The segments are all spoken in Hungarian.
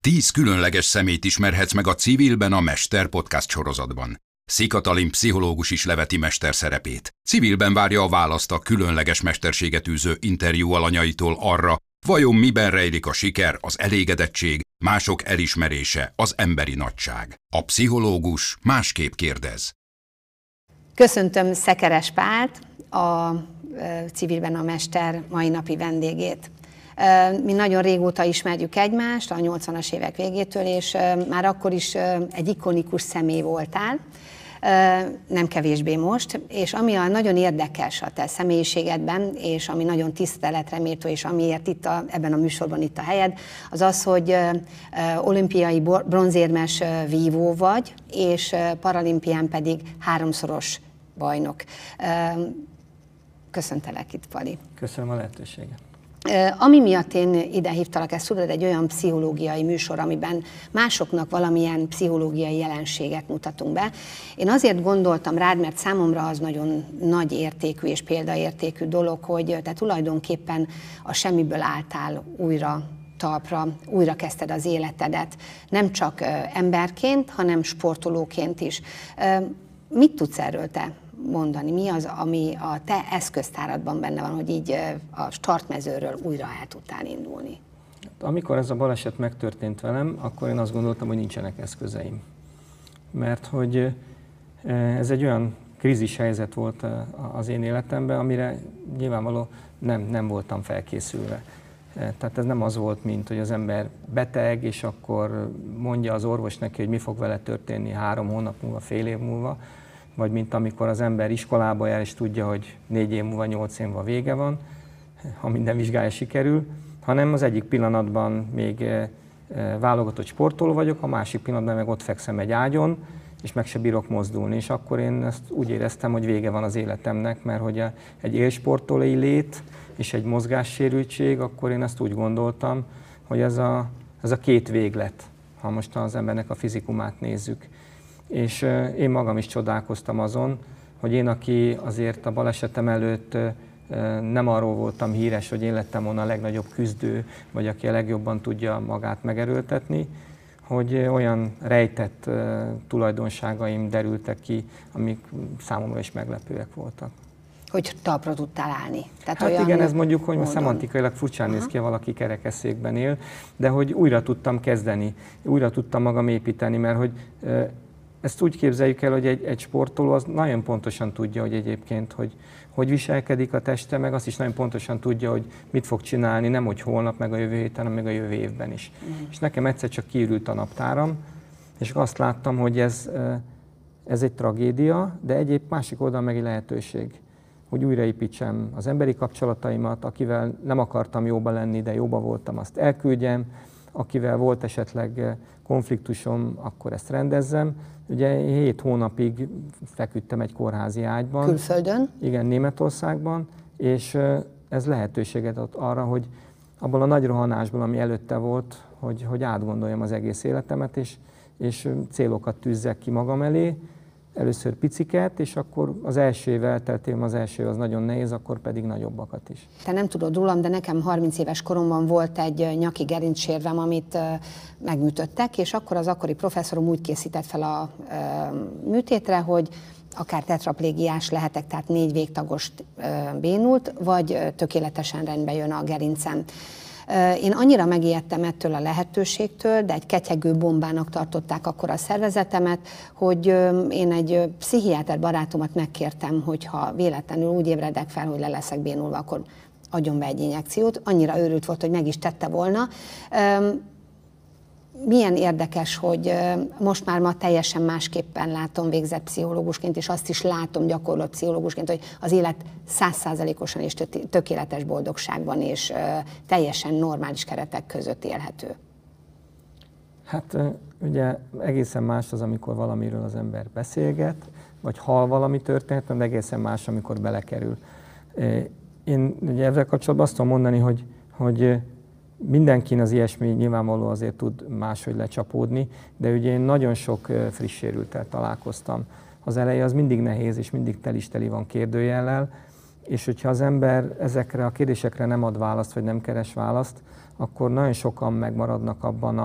10 különleges személyt ismerhetsz meg a Civilben a Mester podcast sorozatban. Szii Katalin pszichológus is leveti mester szerepét. Civilben várja a választ a különleges mesterséget űző interjú alanyaitól arra, vajon miben rejlik a siker, az elégedettség, mások elismerése, az emberi nagyság. A pszichológus másképp kérdez. Köszöntöm Szekeres Pált, a Civilben a Mester mai napi vendégét. Mi nagyon régóta ismerjük egymást, a 80-as évek végétől, és már akkor is egy ikonikus személy voltál, nem kevésbé most, és ami nagyon érdekes a te személyiségedben, és ami nagyon tiszteletre méltó, és amiért itt ebben a műsorban itt a helyed, az az, hogy olimpiai bronzérmes vívó vagy, és paralimpián pedig 3-szoros bajnok. Köszöntelek itt, Pali. Köszönöm a lehetőséget. Ami miatt én ide hívtalak, ezt tudod, egy olyan pszichológiai műsor, amiben másoknak valamilyen pszichológiai jelenséget mutatunk be. Én azért gondoltam rád, mert számomra az nagyon nagy értékű és példaértékű dolog, hogy te tulajdonképpen a semmiből álltál újra talpra, újra kezdted az életedet, nem csak emberként, hanem sportolóként is. Mit tudsz erről te mondani? Mi az, ami a te eszköztáradban benne van, hogy így a startmezőről újra el tudtál indulni? Amikor ez a baleset megtörtént velem, akkor én azt gondoltam, hogy nincsenek eszközeim. Mert hogy ez egy olyan krízis helyzet volt az én életemben, amire nyilvánvaló nem voltam felkészülve. Tehát ez nem az volt, mint hogy az ember beteg, és akkor mondja az orvos neki, hogy mi fog vele történni 3 hónap múlva, fél év múlva, vagy mint amikor az ember iskolába jár, és tudja, hogy 4 év múlva, 8 év múlva vége van, ha minden vizsgája sikerül, hanem az egyik pillanatban még válogatott sportoló vagyok, a másik pillanatban meg ott fekszem egy ágyon, és meg se bírok mozdulni, és akkor én ezt úgy éreztem, hogy vége van az életemnek, mert hogy egy élsportolói lét és egy mozgássérültség, akkor én ezt úgy gondoltam, hogy ez a 2 véglet, ha most az embernek a fizikumát nézzük. És én magam is csodálkoztam azon, hogy én, aki azért a balesetem előtt nem arról voltam híres, hogy én lettem volna a legnagyobb küzdő, vagy aki a legjobban tudja magát megerőltetni, hogy olyan rejtett tulajdonságaim derültek ki, amik számomra is meglepőek voltak. Hogy talpra tudtál állni? Tehát hát igen, ez mondjuk, hogy szemantikailag furcsán néz ki, ha valaki kerekesszékben él, de hogy újra tudtam kezdeni, újra tudtam magam építeni, mert hogy ezt úgy képzeljük el, hogy egy sportoló az nagyon pontosan tudja, hogy egyébként, hogy viselkedik a teste, meg azt is nagyon pontosan tudja, hogy mit fog csinálni, nem hogy holnap, meg a jövő héten, hanem meg a jövő évben is. És nekem egyszer csak kiürült a naptáram, és azt láttam, hogy ez egy tragédia, de egyéb másik oldalon meg egy lehetőség, hogy újraépítsem az emberi kapcsolataimat, akivel nem akartam jóba lenni, de jóba voltam, azt elküldjem, akivel volt esetleg konfliktusom, akkor ezt rendezzem. Ugye 7 hónapig feküdtem egy kórházi ágyban. Külföldön? Igen, Németországban, és ez lehetőséget adott arra, hogy abból a nagy rohanásból, ami előtte volt, hogy átgondoljam az egész életemet, és célokat tűzzek ki magam elé. Először piciket, és akkor az első év elteltém, az első az nagyon nehéz, akkor pedig nagyobbakat is. Te nem tudod rólam, de nekem 30 éves koromban volt egy nyaki gerincsérvem, amit megműtöttek, és akkor az akkori professzorom úgy készített fel a műtétre, hogy akár tetraplégiás lehetek, tehát 4 végtagos bénult, vagy tökéletesen rendbe jön a gerincem. Én annyira megijedtem ettől a lehetőségtől, de egy ketyegő bombának tartották akkor a szervezetemet, hogy én egy pszichiáter barátomat megkértem, hogy ha véletlenül úgy ébredek fel, hogy le leszek bénulva, akkor adjon be egy injekciót. Annyira őrült volt, hogy meg is tette volna. Milyen érdekes, hogy most már ma teljesen másképpen látom végzett pszichológusként, és azt is látom gyakorló pszichológusként, hogy az élet 100%-osan és tökéletes boldogságban és teljesen normális keretek között élhető. Hát ugye egészen más az, amikor valamiről az ember beszélget, vagy hall valami történetet, de egészen más, amikor belekerül. Én ugye ezzel kapcsolatban azt tudom mondani, hogy mindenkin az ilyesmi nyilvánvaló azért tud máshogy lecsapódni, de ugye én nagyon sok friss sérülttel találkoztam. Az eleje az mindig nehéz, és mindig teli van kérdőjellel, és hogyha az ember ezekre a kérdésekre nem ad választ, vagy nem keres választ, akkor nagyon sokan megmaradnak abban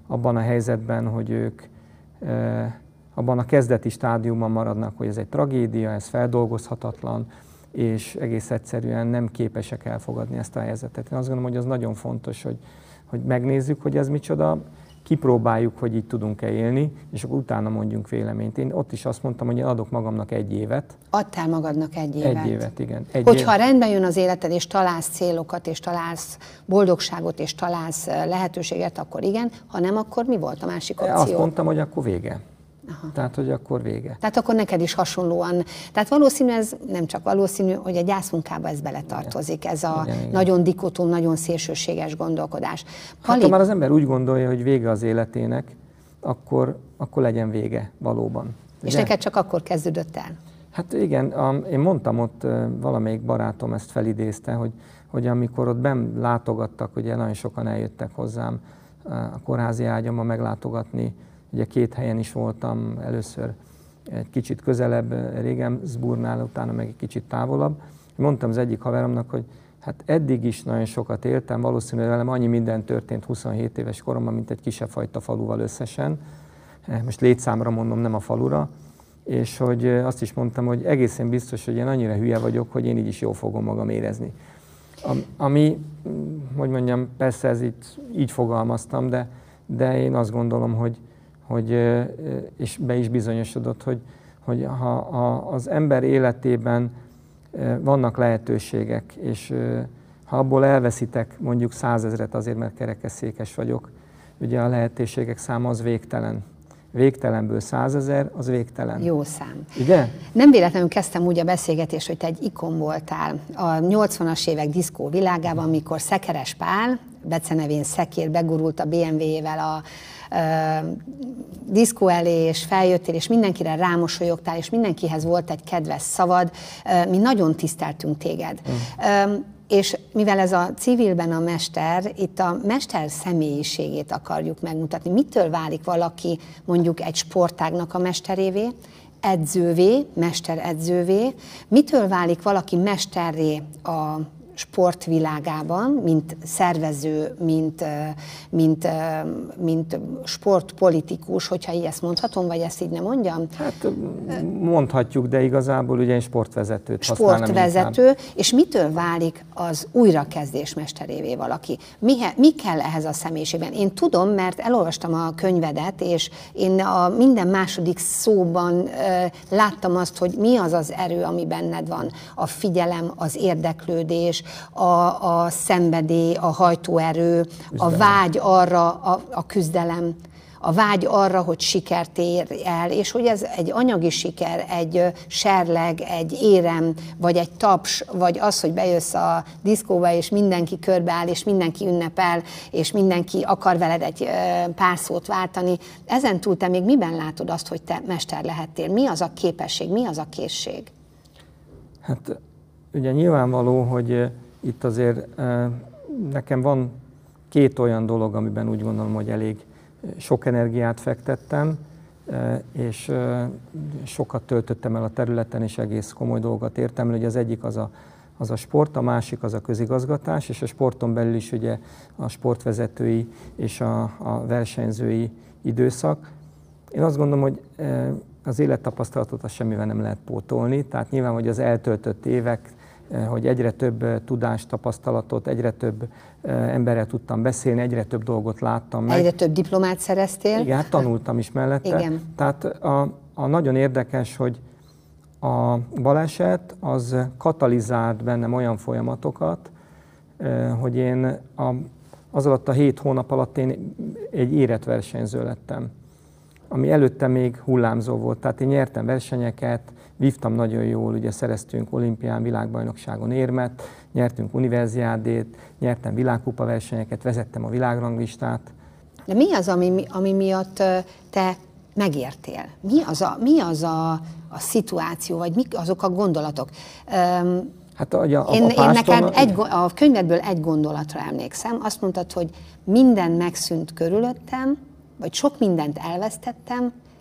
abban a helyzetben, hogy ők abban a kezdeti stádiumban maradnak, hogy ez egy tragédia, ez feldolgozhatatlan, és egész egyszerűen nem képesek elfogadni ezt a helyzetet. Én azt gondolom, hogy az nagyon fontos, hogy megnézzük, hogy ez micsoda, kipróbáljuk, hogy így tudunk-e élni, és akkor utána mondjunk véleményt. Én ott is azt mondtam, hogy én adok magamnak 1 évet. Adtál magadnak 1 évet? 1 évet, igen. Hogyha rendben jön az életed, és találsz célokat, és találsz boldogságot, és találsz lehetőséget, akkor igen, ha nem, akkor mi volt a másik opció? Azt mondtam, hogy akkor vége. Aha. Tehát, hogy akkor vége. Tehát akkor neked is hasonlóan. Tehát valószínű, ez nem csak valószínű, hogy a gyászmunkába ez beletartozik. Ez a nagyon dikotom, nagyon szélsőséges gondolkodás. Hát, ha már az ember úgy gondolja, hogy vége az életének, akkor legyen vége valóban. És neked csak akkor kezdődött el? Hát igen, én mondtam ott, valamelyik barátom ezt felidézte, hogy amikor ott benn látogattak, ugye nagyon sokan eljöttek hozzám a kórházi ágyamba meglátogatni. Ugye 2 helyen is voltam, először egy kicsit közelebb, Regensburgnál, utána meg egy kicsit távolabb. Mondtam az egyik haveromnak, hogy hát eddig is nagyon sokat éltem, valószínűleg velem annyi minden történt 27 éves koromban, mint egy kisebb fajta faluval összesen. Most létszámra mondom, nem a falura. És hogy azt is mondtam, hogy egészen biztos, hogy én annyira hülye vagyok, hogy én így is jól fogom magam érezni. Ami, hogy mondjam, persze ez így fogalmaztam, de én azt gondolom, hogy és be is bizonyosodott, hogy ha az ember életében vannak lehetőségek, és ha abból elveszítek mondjuk 100 000 azért, mert kerekesszékes vagyok, ugye a lehetőségek száma az végtelen. Végtelenből 100 000, az végtelen. Jó szám. Ugye? Nem véletlenül kezdtem úgy a beszélgetést, hogy te egy ikon voltál a 80-as évek diszkó világában, amikor Szekeres Pál, becenevén Szekér, begurult a BMW-vel a diszkó elé, és feljöttél, és mindenkire rámosolyogtál, és mindenkihez volt egy kedves szavad. Mi nagyon tiszteltünk téged. És mivel ez a civilben a mester, itt a mester személyiségét akarjuk megmutatni. Mitől válik valaki mondjuk egy sportágnak a mesterévé, edzővé, mesteredzővé? Mitől válik valaki mesterré a sportvilágában, mint szervező, mint sportpolitikus, hogyha így ezt mondhatom, vagy ezt így nem mondjam? Hát mondhatjuk, de igazából ugye én sportvezetőt használom. Sportvezető, és mitől válik az újrakezdés mesterévé valaki? Mi kell ehhez a személyiségben? Én tudom, mert elolvastam a könyvedet, és én a minden második szóban láttam azt, hogy mi az az erő, ami benned van. A figyelem, az érdeklődés, a szenvedély, a hajtóerő, a vágy arra, a küzdelem, a vágy arra, hogy sikert ér el, és hogy ez egy anyagi siker, egy serleg, egy érem, vagy egy taps, vagy az, hogy bejössz a diszkóba, és mindenki körbeáll, és mindenki ünnepel, és mindenki akar veled egy pár szót váltani. Ezen túl te még miben látod azt, hogy te mester lehettél? Mi az a képesség, mi az a készség? Hát ugye nyilvánvaló, hogy itt azért nekem van 2 olyan dolog, amiben úgy gondolom, hogy elég sok energiát fektettem, és sokat töltöttem el a területen, és egész komoly dolgokat értem el. Ugye az egyik az a sport, a másik az a közigazgatás, és a sporton belül is ugye a sportvezetői és a versenyzői időszak. Én azt gondolom, hogy az élettapasztalatot azt semmivel nem lehet pótolni, tehát nyilván, hogy az eltöltött évek, hogy egyre több tudást, tapasztalatot, egyre több emberrel tudtam beszélni, egyre több dolgot láttam meg. Egyre több diplomát szereztél? Igen, hát tanultam is mellette. Igen. Tehát a nagyon érdekes, hogy a baleset az katalizált bennem olyan folyamatokat, hogy én az alatt a 7 hónap alatt én egy érett versenyző lettem, ami előtte még hullámzó volt. Tehát én nyertem versenyeket, vívtam nagyon jól, ugye szereztünk olimpián, világbajnokságon érmet, nyertünk univerziádét, nyertem világkupa versenyeket, vezettem a világranglistát. De mi az, ami miatt te megértél? Mi az a szituáció, vagy mik azok a gondolatok? Hát én nekem a könyvedből egy gondolatra emlékszem, azt mondtad, hogy minden megszűnt körülöttem, vagy sok mindent elvesztettem,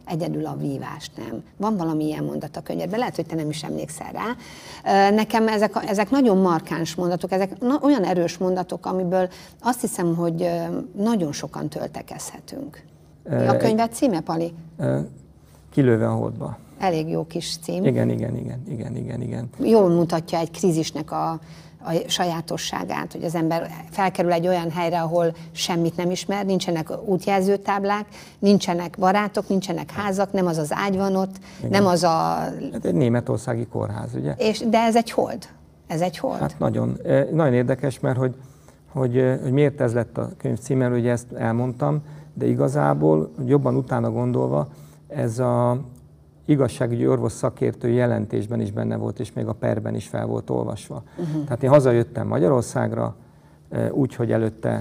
egyedül a vívás nem. Van valami ilyen mondat a könyvedben, lehet, hogy te nem is emlékszel rá. Nekem ezek nagyon markáns mondatok, ezek olyan erős mondatok, amiből azt hiszem, hogy nagyon sokan töltekezhetünk. Mi a könyved címe, Pali? Kilőve a holdba. Elég jó kis cím. Igen. Jól mutatja egy krízisnek a sajátosságát, hogy az ember felkerül egy olyan helyre, ahol semmit nem ismer, nincsenek útjelzőtáblák, nincsenek barátok, nincsenek házak, nem az az ágy van ott, igen. Nem az a... Hát egy németországi kórház, ugye? De ez egy hold. Ez egy hold. Hát nagyon érdekes, mert hogy miért ez lett a könyv címe, ugye ezt elmondtam, de igazából jobban utána gondolva, ez a igazságügyi orvos szakértő jelentésben is benne volt, és még a perben is fel volt olvasva. Tehát én hazajöttem Magyarországra, úgy, hogy előtte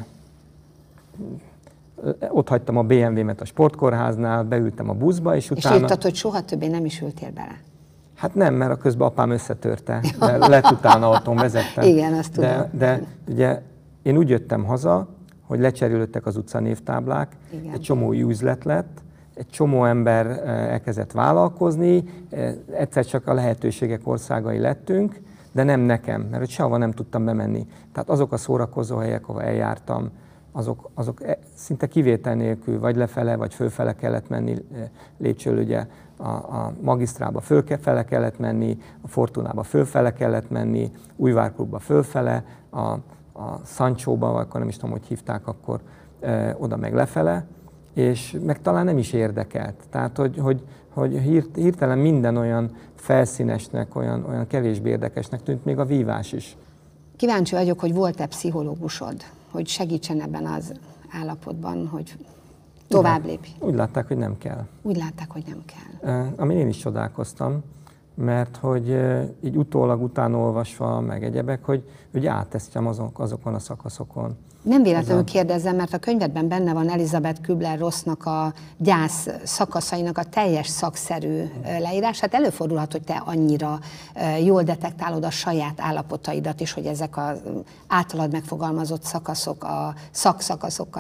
ott hagytam a BMW-met a sportkórháznál, beültem a buszba, és utána... És írtad, hogy soha többé nem is ültél bele? Hát nem, mert a közben apám összetörte, de lett utána autón vezettem. Igen, azt tudom. De ugye én úgy jöttem haza, hogy lecserélődtek az utcanévtáblák, igen. Egy csomó új üzlet lett, egy csomó ember elkezdett vállalkozni, egyszer csak a lehetőségek országai lettünk, de nem nekem, mert hogy sehova nem tudtam bemenni. Tehát azok a szórakozó helyek, ahol eljártam, azok szinte kivétel nélkül, vagy lefele, vagy fölfele kellett menni lépcsőről, ugye a Magisztrába fölfele kellett menni, a Fortunába fölfele kellett menni, Újvárklubba fölfele, a Sanchóba, vagy akkor nem is tudom, hogy hívták akkor, oda meg lefele, és meg talán nem is érdekelt. Tehát, hogy hirtelen minden olyan felszínesnek, olyan kevésbé érdekesnek tűnt, még a vívás is. Kíváncsi vagyok, hogy volt-e pszichológusod, hogy segítsen ebben az állapotban, hogy tovább lépj. Úgy látták, hogy nem kell. Úgy látták, hogy nem kell. Amin én is csodálkoztam, mert hogy így utólag utánolvasva, meg egyebek, hogy áttesztem azokon a szakaszokon. Nem véletlenül kérdezem, mert a könyvedben benne van Elizabeth Kübler-Rossnak a gyász szakaszainak a teljes szakszerű leírás. Hát előfordulhat, hogy te annyira jól detektálod a saját állapotaidat is, hogy ezek az általad megfogalmazott szakaszok a szakszakaszokkal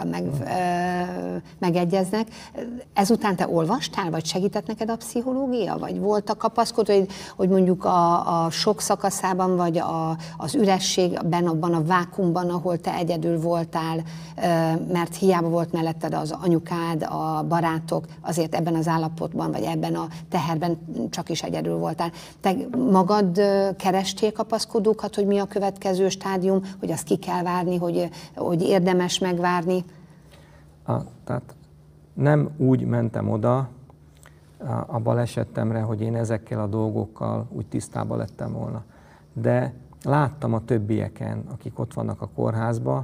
megegyeznek. Ezután te olvastál, vagy segített neked a pszichológia? Vagy volt a kapaszkodó, hogy mondjuk a sok szakaszában, vagy az ürességben, abban a vákuumban, ahol te egyedül voltál, mert hiába volt melletted az anyukád, a barátok, azért ebben az állapotban, vagy ebben a teherben csak is egyedül voltál. Te magad kerestél kapaszkodókat, hogy mi a következő stádium, hogy azt ki kell várni, hogy érdemes megvárni? Tehát nem úgy mentem oda a balesetemre, hogy én ezekkel a dolgokkal úgy tisztában lettem volna. De láttam a többieken, akik ott vannak a kórházban,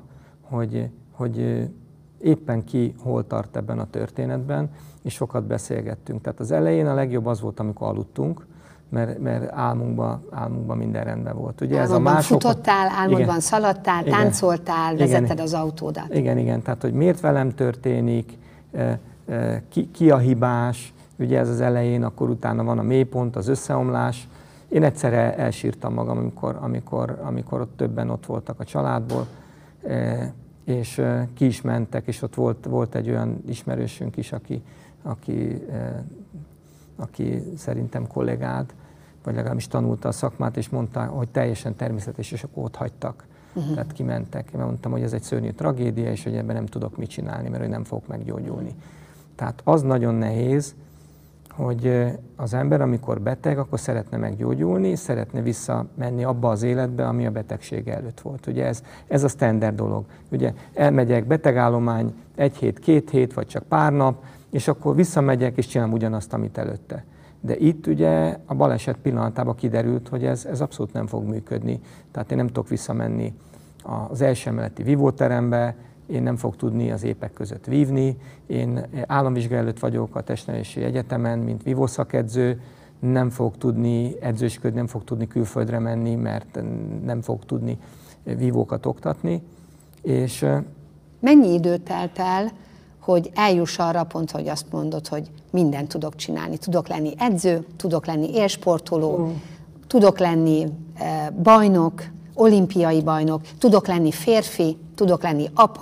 hogy éppen ki hol tart ebben a történetben, és sokat beszélgettünk. Tehát az elején a legjobb az volt, amikor aludtunk, mert álmunkban minden rendben volt. Ugye álmodban futottál, álmodban igen, szaladtál, igen, táncoltál, vezetted igen, az autódat. Igen, tehát hogy miért velem történik, ki a hibás, ugye ez az elején, akkor utána van a mélypont, az összeomlás. Én egyszerre elsírtam magam, amikor ott többen ott voltak a családból, és ki is mentek, és ott volt egy olyan ismerősünk is, aki szerintem kollégád, vagy legalábbis tanulta a szakmát, és mondta, hogy teljesen természetes, és akkor ott hagytak. Tehát kimentek. Én mondtam, hogy ez egy szörnyű tragédia, és hogy ebben nem tudok mit csinálni, mert hogy nem fogok meggyógyulni. Tehát az nagyon nehéz, hogy az ember, amikor beteg, akkor szeretne meggyógyulni, szeretne visszamenni abba az életbe, ami a betegsége előtt volt. Ugye ez a standard dolog. Ugye elmegyek betegállomány 1 hét, 2 hét, vagy csak pár nap, és akkor visszamegyek, és csinálom ugyanazt, amit előtte. De itt ugye a baleset pillanatában kiderült, hogy ez abszolút nem fog működni. Tehát én nem tudok visszamenni az első emeleti vívóterembe, én nem fogok tudni az épek között vívni, én államvizsga előtt vagyok a Testnevelési Egyetemen, mint vívószakedző, nem fogok tudni edzősködni, nem fogok tudni külföldre menni, mert nem fogok tudni vívókat oktatni. És mennyi idő telt el, hogy eljuss arra a pontra, hogy azt mondod, hogy mindent tudok csinálni. Tudok lenni edző, tudok lenni élsportoló, tudok lenni bajnok, olimpiai bajnok, tudok lenni férfi, tudok lenni apa,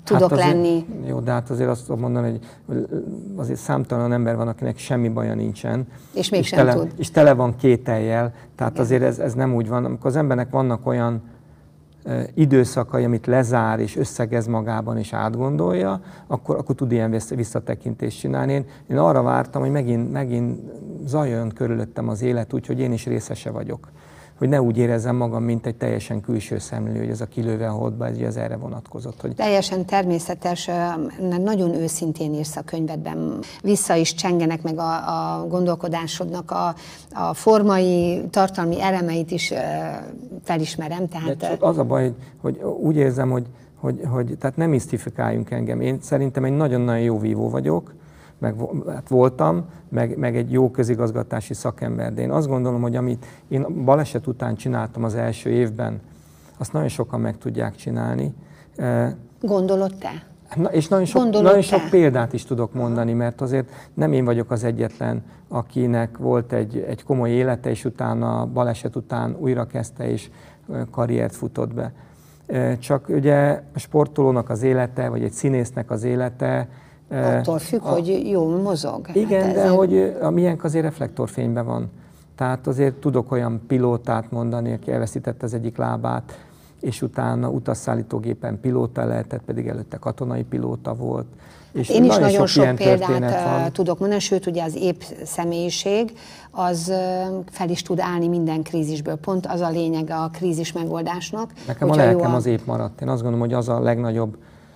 tudok azért, lenni. Jó, de hát azért azt tudom mondani, hogy azért számtalan ember van, akinek semmi baja nincsen. És mégsem tud. És tele van kétellyel, tehát azért ez nem úgy van. Amikor az embernek vannak olyan időszakai, amit lezár és összegez magában és átgondolja, akkor tud ilyen visszatekintést csinálni. Én arra vártam, hogy megint zajoljon körülöttem az élet, úgyhogy én is részese vagyok. Hogy ne úgy érezzem magam, mint egy teljesen külső szemlélő, hogy ez a kilőve a holdba, ez erre vonatkozott. Hogy... Teljesen természetes, nagyon őszintén írsz a könyvedben. Vissza is csengenek meg a gondolkodásodnak a formai, tartalmi elemeit is felismerem. Tehát... Az a baj, hogy úgy érzem, hogy tehát nem misztifikáljunk engem. Én szerintem egy nagyon-nagyon jó vívó vagyok, meg hát voltam, meg egy jó közigazgatási szakember. De én azt gondolom, hogy amit én baleset után csináltam az első évben, azt nagyon sokan meg tudják csinálni. Gondolod te? És nagyon sok példát is tudok mondani, mert azért nem én vagyok az egyetlen, akinek volt egy komoly élete, és utána baleset után újra kezdte, és karriert futott be. Csak ugye a sportolónak az élete, vagy egy színésznek az élete, attól függ, hogy jól mozog. Igen, hát de hogy a miénk azért reflektorfényben van. Tehát azért tudok olyan pilótát mondani, aki elveszítette az egyik lábát, és utána utasszállítógépen pilóta lehetett, pedig előtte katonai pilóta volt. És én is nagyon sok példát tudok mondani, sőt ugye az épp személyiség az fel is tud állni minden krízisből. Pont az a lényeg a krízis megoldásnak. Nekem a lelkem az épp maradt. Én azt gondolom, hogy az a legnagyobb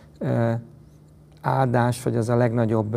áldás, vagy az a legnagyobb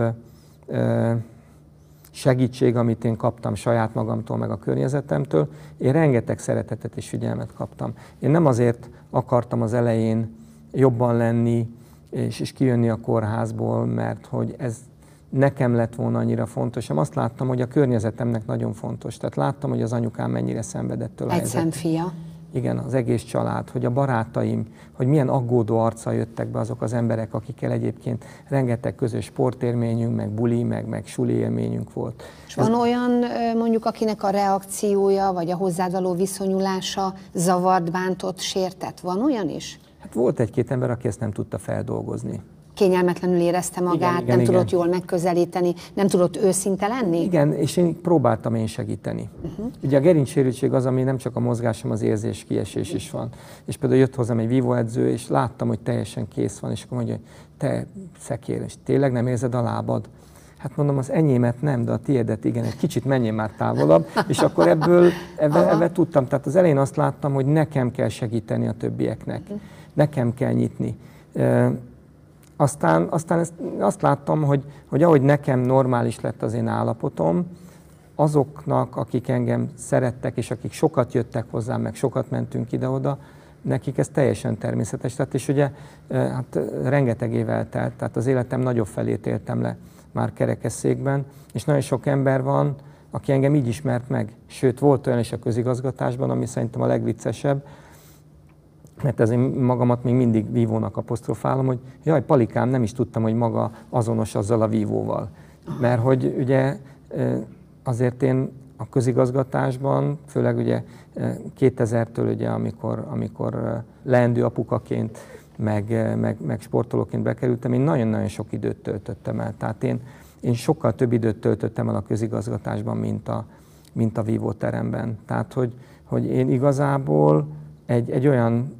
segítség, amit én kaptam saját magamtól, meg a környezetemtől. Én rengeteg szeretetet és figyelmet kaptam. Én nem azért akartam az elején jobban lenni, és kijönni a kórházból, mert hogy ez nekem lett volna annyira fontos. Én azt láttam, hogy a környezetemnek nagyon fontos. Tehát láttam, hogy az anyukám mennyire szenvedett tőle. Egy szemfia. Igen, az egész család, hogy a barátaim, hogy milyen aggódó arccal jöttek be azok az emberek, akikkel egyébként rengeteg közös sportélményünk, meg buli, meg suli élményünk volt. És van olyan mondjuk, akinek a reakciója, vagy a hozzád való viszonyulása zavart, bántott, sértett? Van olyan is? Hát volt egy-két ember, aki ezt nem tudta feldolgozni. Kényelmetlenül érezte magát, igen, nem tudott jól megközelíteni, nem tudott őszinte lenni? Igen, és én próbáltam segíteni. Ugye a gerincsérültség az, ami nem csak a mozgásom, az érzés, kiesés is van. És például jött hozzám egy vívóedző, és láttam, hogy teljesen kész van, és akkor mondja, hogy te szekér, és tényleg nem érzed a lábad? Hát mondom, az enyémet nem, de a tiédet igen, egy kicsit menjél már távolabb, és akkor ebből tudtam. Tehát az elején azt láttam, hogy nekem kell segíteni a többieknek, nekem kell nyitni. Aztán azt láttam, hogy ahogy nekem normális lett az én állapotom, azoknak, akik engem szerettek, és akik sokat jöttek hozzám, meg sokat mentünk ide-oda, nekik ez teljesen természetes lett, és ugye hát rengeteg év eltelt, tehát az életem nagyobb felét éltem le már kerekesszékben, és nagyon sok ember van, aki engem így ismert meg. Sőt, volt olyan is a közigazgatásban, ami szerintem a legviccesebb, mert ez én magamat még mindig vívónak apostrofálom, hogy jaj, Palikám, nem is tudtam, hogy maga azonos azzal a vívóval. Mert hogy ugye azért én a közigazgatásban, főleg ugye 2000-től ugye, amikor leendő apukaként, meg sportolóként bekerültem, én nagyon-nagyon sok időt töltöttem el. Tehát én sokkal több időt töltöttem el a közigazgatásban, mint a vívóteremben. Tehát, hogy én igazából egy olyan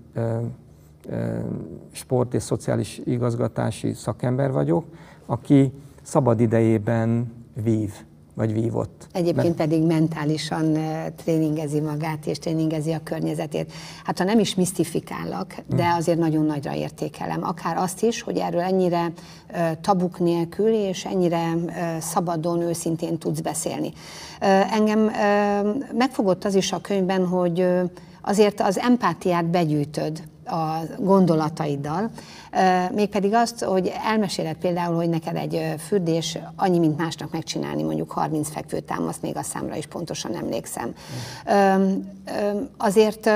sport és szociális igazgatási szakember vagyok, aki szabad idejében vív, vagy vívott. Egyébként pedig mentálisan tréningezi magát, és tréningezi a környezetét. Hát ha nem is misztifikállak, de azért nagyon nagyra értékelem. Akár azt is, hogy erről ennyire tabuk nélkül, és ennyire szabadon, őszintén tudsz beszélni. Engem megfogott az is a könyvben, hogy azért az empátiát begyűjtöd a gondolataiddal, mégpedig azt, hogy elmeséled például, hogy neked egy fürdés annyi, mint másnak megcsinálni, mondjuk 30 fekvőtámaszt, még a számra is pontosan emlékszem. Azért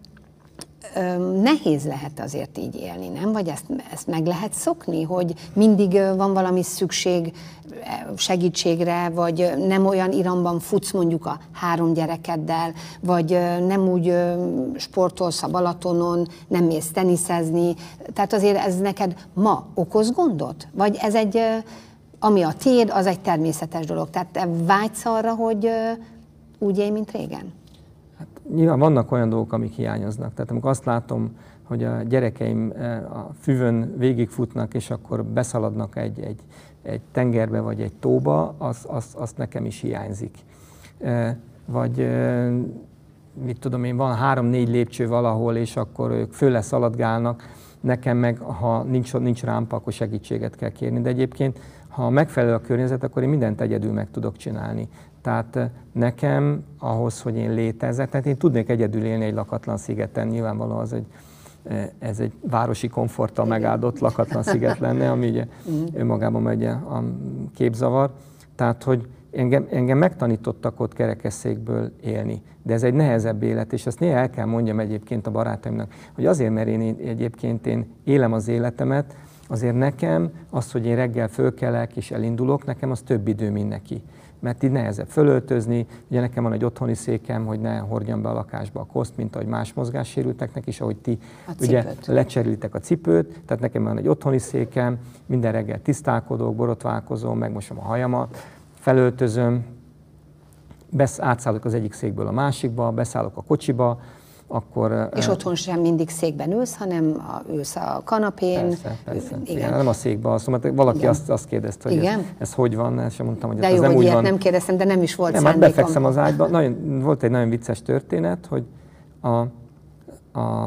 nehéz lehet azért így élni, nem? Vagy ezt meg lehet szokni, hogy mindig van valami szükség segítségre, vagy nem olyan iramban futsz mondjuk a 3 gyerekeddel, vagy nem úgy sportolsz a Balatonon, nem mész teniszezni. Tehát azért ez neked ma okoz gondot? Vagy ez egy, ami a tiéd, az egy természetes dolog? Tehát te vágysz arra, hogy úgy élj, mint régen? Hát, nyilván vannak olyan dolgok, amik hiányoznak. Tehát amikor azt látom, hogy a gyerekeim a füvön végigfutnak, és akkor beszaladnak egy tengerbe vagy egy tóba, az nekem is hiányzik. Vagy mit tudom én, van 3-4 lépcső valahol, és akkor ők fölle szaladgálnak, nekem meg, ha nincs rámpa, akkor segítséget kell kérni. De egyébként, ha megfelelő a környezet, akkor én mindent egyedül meg tudok csinálni. Tehát nekem ahhoz, hogy én létezek, tehát én tudnék egyedül élni egy lakatlan szigeten, nyilvánvalóan ez egy városi komforttal megáldott lakatlan sziget lenne, ami ugye önmagában megy a képzavar. Tehát, hogy engem megtanítottak ott kerekesszékből élni, de ez egy nehezebb élet, és ezt néha el kell mondjam egyébként a barátaimnak, hogy azért, mert én élem az életemet, azért nekem az, hogy én reggel fölkelek és elindulok, nekem az több idő, mint neki. Mert így nehezebb fölöltözni, ugye nekem van egy otthoni székem, hogy ne hordjam be a lakásba a koszt, mint ahogy más mozgássérülteknek is, ahogy ti ugye lecserültek a cipőt, tehát nekem van egy otthoni székem, minden reggel tisztálkodok, borotválkozom, megmosom a hajamat, felöltözöm, átszállok az egyik székből a másikba, beszállok a kocsiba, akkor... És otthon sem mindig székben ülsz, hanem ülsz a kanapén. Persze. Igen, nem a székbe alszom, mert valaki azt kérdezte, hogy ez hogy van, és mondtam, hogy de ez jó, nem hogy úgy van. Nem kérdeztem, de nem is volt szándékom. Nem, befekszem az ágyba. Volt egy nagyon vicces történet, hogy a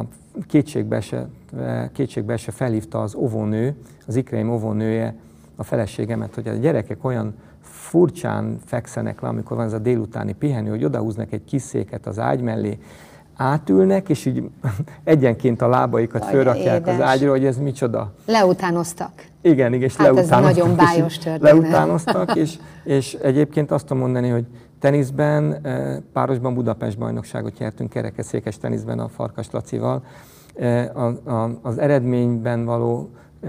kétségbeesve felhívta az óvónő, az ikreim óvónője a feleségemet, hogy a gyerekek olyan furcsán fekszenek le, amikor van ez a délutáni pihenő, hogy odahúznak egy kis széket az ágy mellé, átülnek, és így egyenként a lábaikat fölrakják az ágyra, hogy ez micsoda. Leutánoztak. Igen, és hát leutánoztak. Ez nagyon bájos történet. Leutánoztak, és egyébként azt tudom mondani, hogy teniszben, párosban Budapest bajnokságot nyertünk kerekesszékes teniszben a Farkas Lacival. Az eredményben való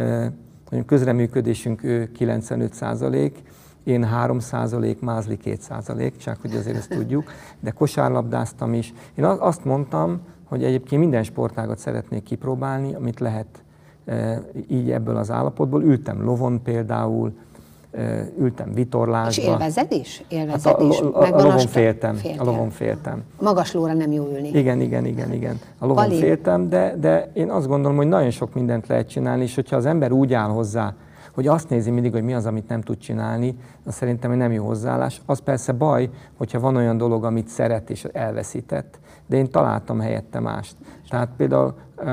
közreműködésünk ő 95%, én 3%, Mázli 2%, csak hogy azért ezt tudjuk, de kosárlabdáztam is. Én azt mondtam, hogy egyébként minden sportágat szeretnék kipróbálni, amit lehet így ebből az állapotból. Ültem lovon például, ültem vitorlásba. És élvezed is? Hát a lovon féltem. A lovon féltem. Magas lóra nem jó ülni. Igen. A lovon féltem, de én azt gondolom, hogy nagyon sok mindent lehet csinálni, és hogyha az ember úgy áll hozzá, hogy azt nézi mindig, hogy mi az, amit nem tud csinálni, az szerintem egy nem jó hozzáállás. Az persze baj, hogyha van olyan dolog, amit szeret és elveszített, de én találtam helyette mást. Tehát például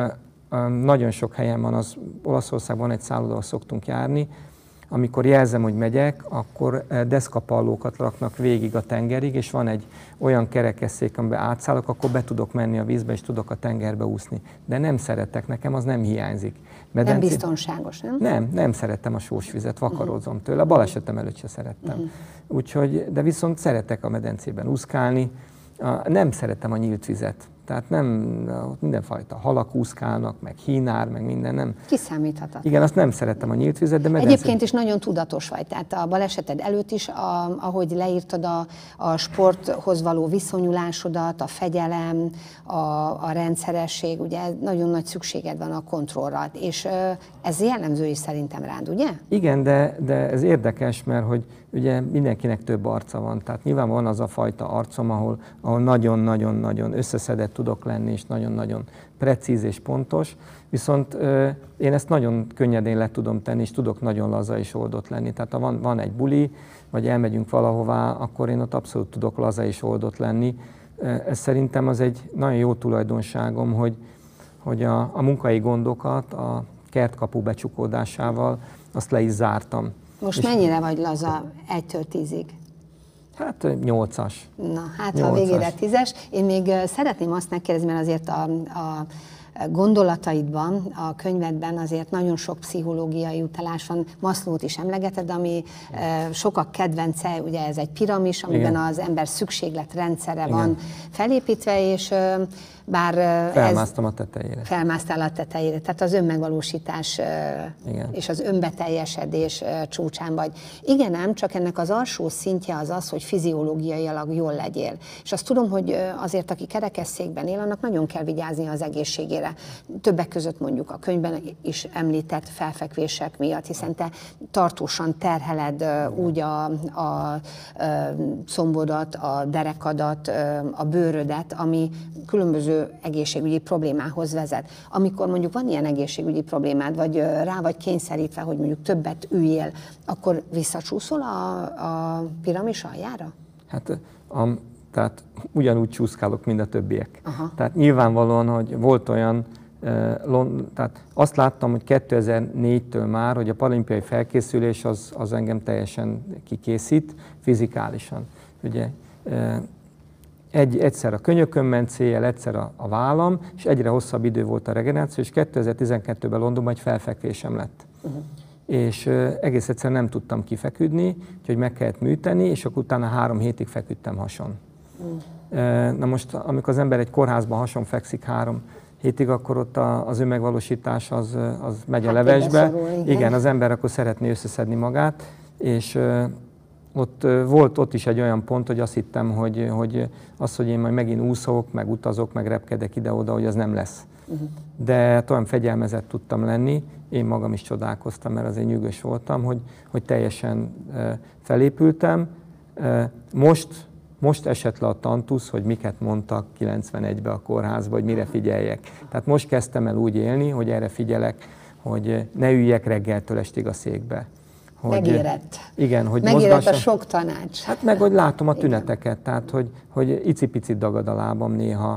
nagyon sok helyen van, az Olaszországban egy szálloda, ahol szoktunk járni, amikor jelzem, hogy megyek, akkor deszkapallókat raknak végig a tengerig, és van egy olyan kerekesszék, amiben átszállok, akkor be tudok menni a vízbe, és tudok a tengerbe úszni. De nem szeretek, nekem az nem hiányzik. Nem biztonságos, nem? Nem szeretem a sós vizet, vakarózom tőle. A balesetem előtt se szerettem. Úgyhogy, de viszont szeretek a medencében úszkálni, nem szeretem a nyílt vizet. Tehát nem, mindenfajta halak úszkálnak, meg hínár, meg minden, nem. Kiszámíthatatlan. Igen, azt nem szeretem a nyílt vizet, de Egyébként is nagyon tudatos vagy, tehát a baleseted előtt is, ahogy leírtad a sporthoz való viszonyulásodat, a fegyelem, a rendszeresség, ugye nagyon nagy szükséged van a kontrollra, és ez jellemző is szerintem rád, ugye? Igen, de ez érdekes, mert hogy ugye mindenkinek több arca van, tehát nyilván van az a fajta arcom, ahol nagyon-nagyon-nagyon összeszedett tudok lenni, és nagyon-nagyon precíz és pontos, viszont én ezt nagyon könnyedén le tudom tenni, és tudok nagyon laza és oldott lenni. Tehát ha van egy buli, vagy elmegyünk valahová, akkor én ott abszolút tudok laza és oldott lenni. Ez szerintem az egy nagyon jó tulajdonságom, hogy a munkai gondokat a kertkapu becsukódásával azt le is zártam. Most mennyire vagy laza 1-től 10-ig? Hát 8-as. Na, hát ha végére 10-es. Én még szeretném azt megkérdezni, mert azért a gondolataidban, a könyvedben azért nagyon sok pszichológiai utalás van. Maslow-t is emlegeted, ami sokak kedvence, ugye ez egy piramis, amiben az ember szükségletrendszere van felépítve, és bár Felmásztam a tetejére. Felmásztál a tetejére, tehát az önmegvalósítás és az önbeteljesedés csúcsán vagy. Igen ám, csak ennek az alsó szintje az, hogy fiziológiailag jól legyél. És azt tudom, hogy azért, aki kerekesszékben él, annak nagyon kell vigyázni az egészségére. Többek között mondjuk a könyvben is említett felfekvések miatt, hiszen te tartósan terheled úgy a combodat, a derekadat, a bőrödet, ami különböző egészségügyi problémához vezet. Amikor mondjuk van ilyen egészségügyi problémád, vagy rá vagy kényszerítve, hogy mondjuk többet üljél, akkor visszacsúszol a piramis aljára? Hát tehát ugyanúgy csúszkálok, mint a többiek. Aha. Tehát nyilvánvalóan, hogy volt olyan, tehát azt láttam, hogy 2004-től már, hogy a paralimpiai felkészülés az engem teljesen kikészít fizikálisan. Ugye egyszer a könyökön ment cél, egyszer a vállam, és egyre hosszabb idő volt a regeneráció, és 2012-ben Londonban egy felfekvésem lett. És egész egyszerűen nem tudtam kifeküdni, úgyhogy meg kellett műteni, és akkor utána 3 hétig feküdtem hason. Na most, amikor az ember egy kórházban hason fekszik 3 hétig, akkor ott az önmegvalósítás az megy a levesbe. Igen, az ember akkor szeretné összeszedni magát, és volt ott is egy olyan pont, hogy azt hittem, hogy az, hogy én majd megint úszok, meg utazok, meg repkedek ide-oda, hogy az nem lesz. De olyan fegyelmezett tudtam lenni, én magam is csodálkoztam, mert azért nyűgös voltam, hogy teljesen felépültem. Most esett le a tantusz, hogy miket mondtak 91-ben a kórházban, hogy mire figyeljek. Tehát most kezdtem el úgy élni, hogy erre figyelek, hogy ne üljek reggeltől estig a székbe. Megérett. Igen, hogy megérett a sok tanács. Hát meg, hogy látom a tüneteket, tehát hogy icipicit dagad a lábam néha,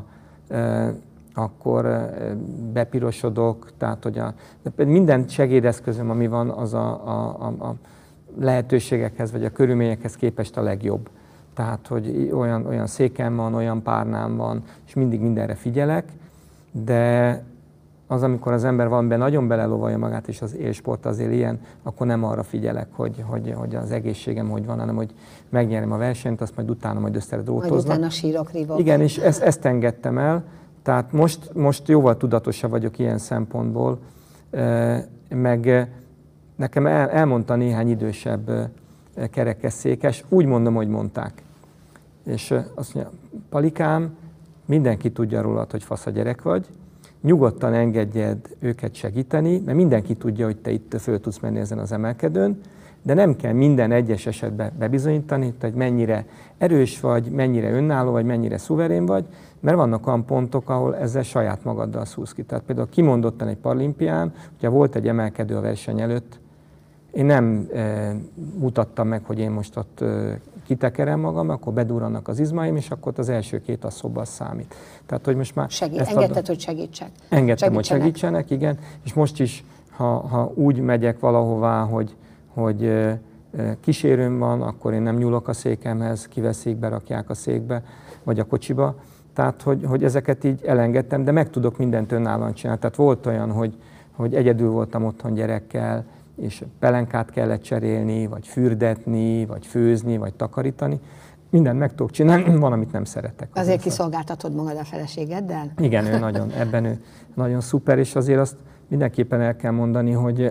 akkor bepirosodok, tehát hogy minden segédeszközöm, ami van, az a lehetőségekhez vagy a körülményekhez képest a legjobb. Tehát, hogy olyan székem van, olyan párnám van, és mindig mindenre figyelek, de az, amikor az ember valamiben nagyon belelovalja magát, és az élsport azért ilyen, akkor nem arra figyelek, hogy az egészségem hogy van, hanem hogy megnyerem a versenyt, azt majd utána összedrótoznak. Majd utána sírok, rívok. Igen, és ezt engedtem el. Tehát most jóval tudatosabb vagyok ilyen szempontból, meg nekem elmondta néhány idősebb kerekesszékes, úgy mondom, hogy mondták. És azt mondja, Palikám, mindenki tudja rólad, hogy fasz a gyerek vagy, nyugodtan engedjed őket segíteni, mert mindenki tudja, hogy te itt föl tudsz menni ezen az emelkedőn, de nem kell minden egyes esetben bebizonyítani, hogy mennyire erős vagy, mennyire önálló vagy, mennyire szuverén vagy, mert vannak olyan pontok, ahol ezzel saját magaddal szúrsz ki. Tehát például kimondottan egy paralimpián, hogyha volt egy emelkedő a verseny előtt, én nem mutattam meg, hogy én most ott kitekerem magam, akkor bedurrannak az izmaim, és akkor az első 2 asszóban számít. Tehát, hogy most már engedted, hogy segítsek. Engedtem, hogy segítsenek, igen. És most is, ha úgy megyek valahová, hogy kísérőm van, akkor én nem nyúlok a székemhez, kiveszik, berakják a székbe, vagy a kocsiba. Tehát, hogy ezeket így elengedtem, de meg tudok mindent önállóan csinálni. Tehát volt olyan, hogy egyedül voltam otthon gyerekkel, és pelenkát kellett cserélni, vagy fürdetni, vagy főzni, vagy takarítani. Mindent meg tudok csinálni, van, amit nem szeretek. Azért kiszolgáltatod magad a feleségeddel? Igen, ebben ő nagyon szuper, és azért azt mindenképpen el kell mondani, hogy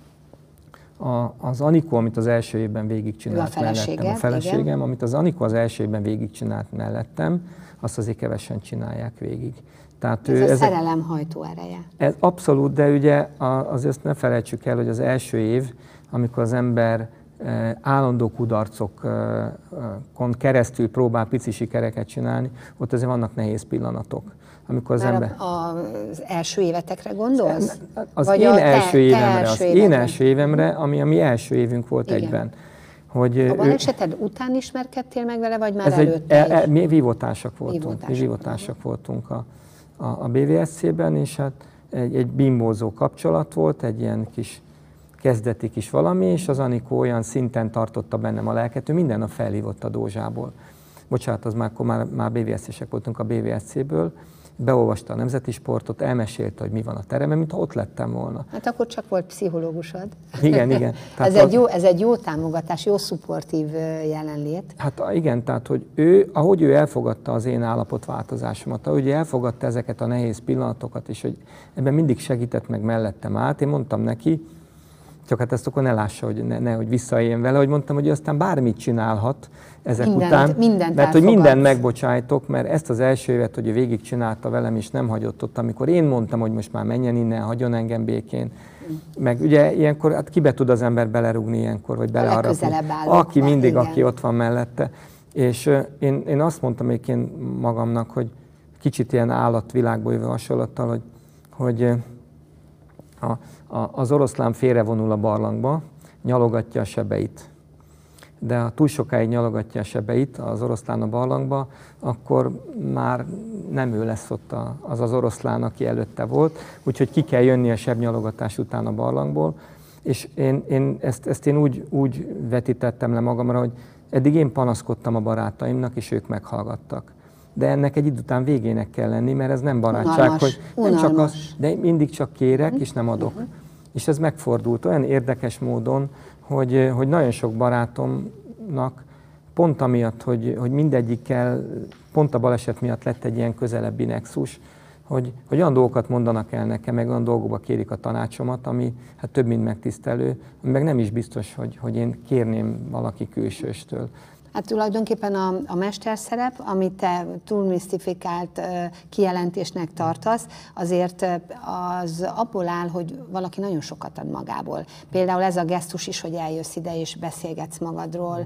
az Anikó, amit az első évben végigcsinált mellettem, a feleségem, igen. Amit az Anikó az első évben végigcsinált mellettem, azt azért kevesen csinálják végig. Tehát ez a szerelem hajtóereje. Ez abszolút, de ugye azért ne felejtsük el, hogy az első év, amikor az ember állandó kudarcokon keresztül próbál pici sikereket csinálni, ott azért vannak nehéz pillanatok. Amikor az ember... Az első évetekre gondolsz? Az én első évemre, ami a mi első évünk volt egyben. Hogy a baleseted után ismerkedtél meg vele, vagy már előtte? Mi vívótársak voltunk a BVSC-ben, és hát egy bimbózó kapcsolat volt, egy ilyen kis kezdeti kis valami, és az Anikó olyan szinten tartotta bennem a lelket, ő minden nap felhívott a Dózsából. Bocsánat, akkor már BVSC-sek voltunk a BVSC-ből, beolvasta a Nemzeti Sportot, elmesélte, hogy mi van a teremben, mintha ott lettem volna. Hát akkor csak volt pszichológusod. Igen. Ez egy jó támogatás, jó szupportív jelenlét. Hát igen, tehát hogy ahogy ő elfogadta az én állapotváltozásomat, ahogy ő elfogadta ezeket a nehéz pillanatokat, és hogy ebben mindig segített meg mellettem át, én mondtam neki, csak hát ezt akkor ne lássa, hogy nehogy visszaéljen vele, hogy mondtam, hogy aztán bármit csinálhat ezek után, mert hogy mindent megbocsájtok, mert ezt az első évet, hogy ő végigcsinálta velem, és nem hagyott ott, amikor én mondtam, hogy most már menjen innen, hagyjon engem békén. Meg ugye ilyenkor, hát kibe tud az ember belerúgni ilyenkor, vagy beleharapni? Aki mindig, igen. Aki ott van mellette. És én azt mondtam egyébként magamnak, hogy kicsit ilyen állatvilágból jövő hasonlattal, hogy az oroszlán félrevonul a barlangba, nyalogatja a sebeit. De ha túl sokáig nyalogatja a sebeit az oroszlán a barlangba, akkor már nem ő lesz ott az oroszlán, aki előtte volt. Úgyhogy ki kell jönni a sebnyalogatás után a barlangból. És ezt én úgy vetítettem le magamra, hogy eddig én panaszkodtam a barátaimnak, és ők meghallgattak. De ennek egy idő után végének kell lenni, mert ez nem barátság, hogy nem csak az, de mindig csak kérek, és nem adok. És ez megfordult olyan érdekes módon, hogy nagyon sok barátomnak pont amiatt, hogy mindegyikkel, pont a baleset miatt lett egy ilyen közelebbi nexus, hogy olyan dolgokat mondanak el nekem, meg olyan dolgokba kérik a tanácsomat, ami hát több mint megtisztelő, meg nem is biztos, hogy én kérném valaki külsőstől. Hát tulajdonképpen a mesterszerep, amit te túlmisztifikált kijelentésnek tartasz, azért az abból áll, hogy valaki nagyon sokat ad magából. Például ez a gesztus is, hogy eljössz ide és beszélgetsz magadról,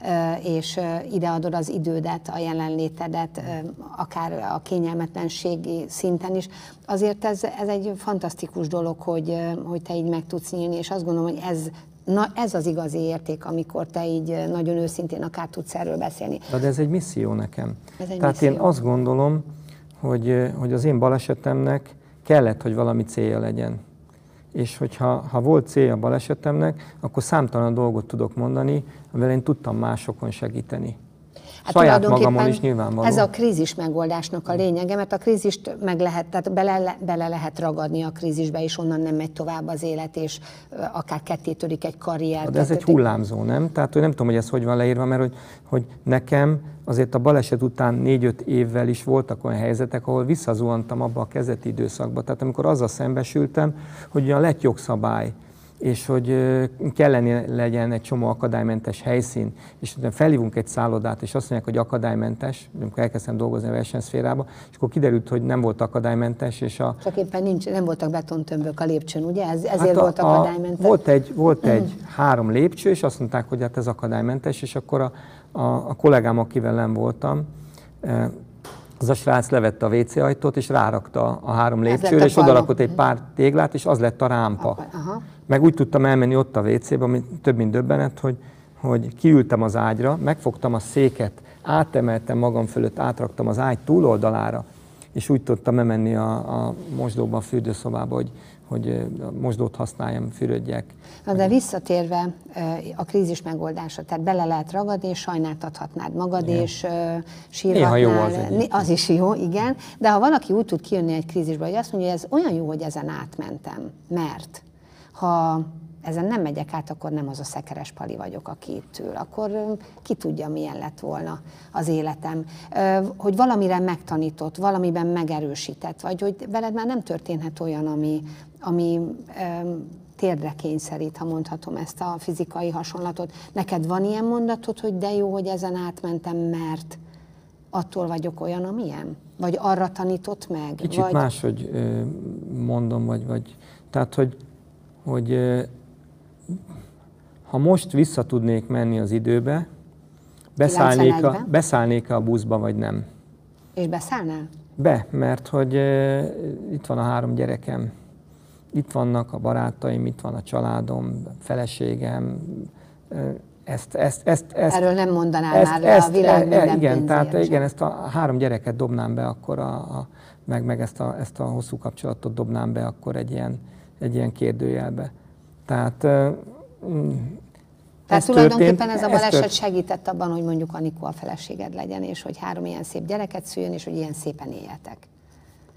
és ideadod az idődet, a jelenlétedet, akár a kényelmetlenségi szinten is. Azért ez egy fantasztikus dolog, hogy te így meg tudsz nyílni, és azt gondolom, hogy ez az igazi érték, amikor te így nagyon őszintén akár tudsz erről beszélni. De ez egy misszió nekem. Tehát én azt gondolom, hogy az én balesetemnek kellett, hogy valami célja legyen. És hogyha volt célja a balesetemnek, akkor számtalan dolgot tudok mondani, amivel én tudtam másokon segíteni. Hát saját magamon is nyilvánvaló. Ez a krízis megoldásnak a lényege, mert a krízist meg lehet, tehát bele lehet ragadni a krízisbe, és onnan nem megy tovább az élet, és akár kettétörik egy karrier. De ez egy hullámzó, nem? Tehát hogy nem tudom, hogy ez hogy van leírva, mert hogy nekem azért a baleset után 4-5 évvel is voltak olyan helyzetek, ahol visszazuhantam abba a kezdeti időszakba. Tehát amikor azzal szembesültem, hogy ugyan lett jogszabály, és hogy kellene legyen egy csomó akadálymentes helyszín, és felhívunk egy szállodát, és azt mondják, hogy akadálymentes, amikor elkezdtem dolgozni a versenyszférában, és akkor kiderült, hogy nem volt akadálymentes, és Csak éppen nem voltak betontömbök a lépcsőn, ugye? Ezért volt akadálymentes? Volt egy 3 lépcső, és azt mondták, hogy hát ez akadálymentes, és akkor a kollégám, akivel nem voltam, az a srác levette a WC ajtót, és rárakta a 3 lépcsőre, és odarakott egy pár téglát, és az lett a rámpa. Aha. Meg úgy tudtam elmenni ott a WC-be, ami több mint döbbenet, hogy kiültem az ágyra, megfogtam a széket, átemeltem magam fölött, átraktam az ágy túloldalára, és úgy tudtam elmenni a mosdóba, a fürdőszobába, hogy mosdót használjam, fürödjek. Na de visszatérve a krízis megoldása, tehát bele lehet ragadni, és sajnáltathatnád magad, igen. És sírhatnál. Néha jó az az is jó, igen. De ha valaki úgy tud kijönni egy krízisből, hogy azt mondja, hogy ez olyan jó, hogy ezen átmentem, mert ha ezen nem megyek át, akkor nem az a szekeres pali vagyok, aki itt ül. Akkor ki tudja, milyen lett volna az életem. Hogy valamire megtanított, valamiben megerősített, vagy hogy veled már nem történhet olyan, ami térdre kényszerít, ha mondhatom ezt a fizikai hasonlatot. Neked van ilyen mondatod, hogy de jó, hogy ezen átmentem, mert attól vagyok olyan, amilyen? Vagy arra tanított meg? Kicsit máshogy mondom, vagy tehát, hogy ha most vissza tudnék menni az időbe, beszállnék a buszba, vagy nem. És beszállnál? Mert hogy itt van a 3 gyerekem, itt vannak a barátaim, itt van a családom, feleségem. Erről nem mondanál már a világ minden igen, tehát igen, ezt a 3 gyereket dobnám be, akkor meg ezt a hosszú kapcsolatot dobnám be, akkor egy ilyen kérdőjelbe. Tehát tulajdonképpen ez a baleset segített abban, hogy mondjuk Anikó a feleséged legyen, és hogy 3 ilyen szép gyereket szüljön, és hogy ilyen szépen éljetek.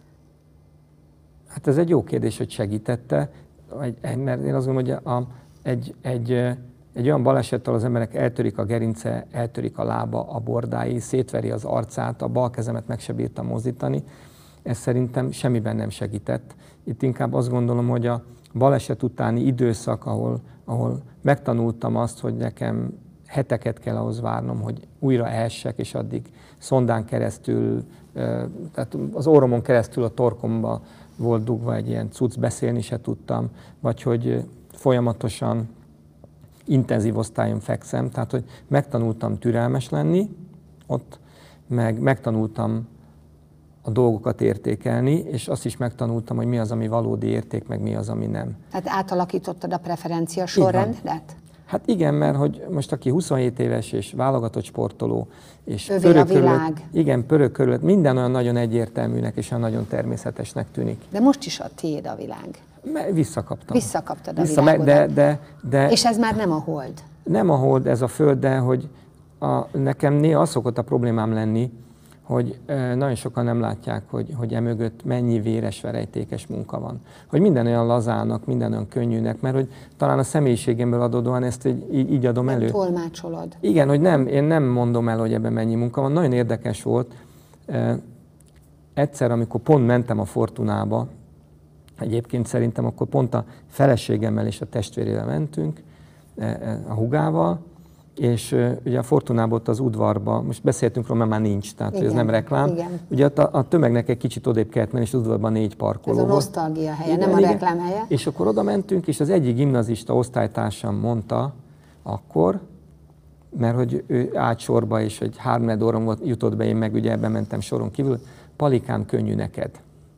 Hát ez egy jó kérdés, hogy segítette, mert én azt gondolom, hogy egy olyan balesettel az emberek eltörik a gerince, eltörik a lába, a bordái, szétveri az arcát, a bal kezemet meg se bírtam mozdítani. Ez szerintem semmiben nem segített. Itt inkább azt gondolom, hogy a baleset utáni időszak, ahol megtanultam azt, hogy nekem heteket kell ahhoz várnom, hogy újra ehessek, és addig szondán keresztül, tehát az orromon keresztül a torkomba volt dugva egy ilyen cucc, beszélni se tudtam, vagy hogy folyamatosan intenzív osztályon fekszem, tehát hogy megtanultam türelmes lenni ott, megtanultam a dolgokat értékelni, és azt is megtanultam, hogy mi az, ami valódi érték, meg mi az, ami nem. Tehát átalakítottad a preferencia sorrendet? Hát igen, mert hogy most aki 27 éves és válogatott sportoló, és pörög körülött, minden olyan nagyon egyértelműnek és olyan nagyon természetesnek tűnik. De most is a tiéd a világ. Visszakaptam. Visszakaptad a világodat. De és ez már nem a hold? Nem a hold, ez a föld, de hogy nekem néha az szokott a problémám lenni, hogy nagyon sokan nem látják, hogy emögött mennyi véres, verejtékes munka van. Hogy minden olyan lazának, minden olyan könnyűnek, mert hogy talán a személyiségemből adódóan ezt így adom elő. Tolmácsolod. Igen, hogy én nem mondom el, hogy ebben mennyi munka van. Nagyon érdekes volt. Egyszer, amikor pont mentem a Fortunába, egyébként szerintem akkor pont a feleségemmel és a testvérével mentünk, a hugával, és ugye a Fortunában ott az udvarban, most beszéltünk róla, mert már nincs, tehát igen, ez nem reklám. Igen. Ugye a tömegnek egy kicsit odébb kellett menni, és az udvarban 4 parkoló volt. Ez a nosztalgia helye, igen, nem a reklám helye. És akkor oda mentünk, és az egyik gimnazista osztálytársam mondta akkor, mert hogy ő állt sorba, és egy 3 óra jutott be, én meg ugye ebben mentem soron kívül, Palikám, könnyű neked.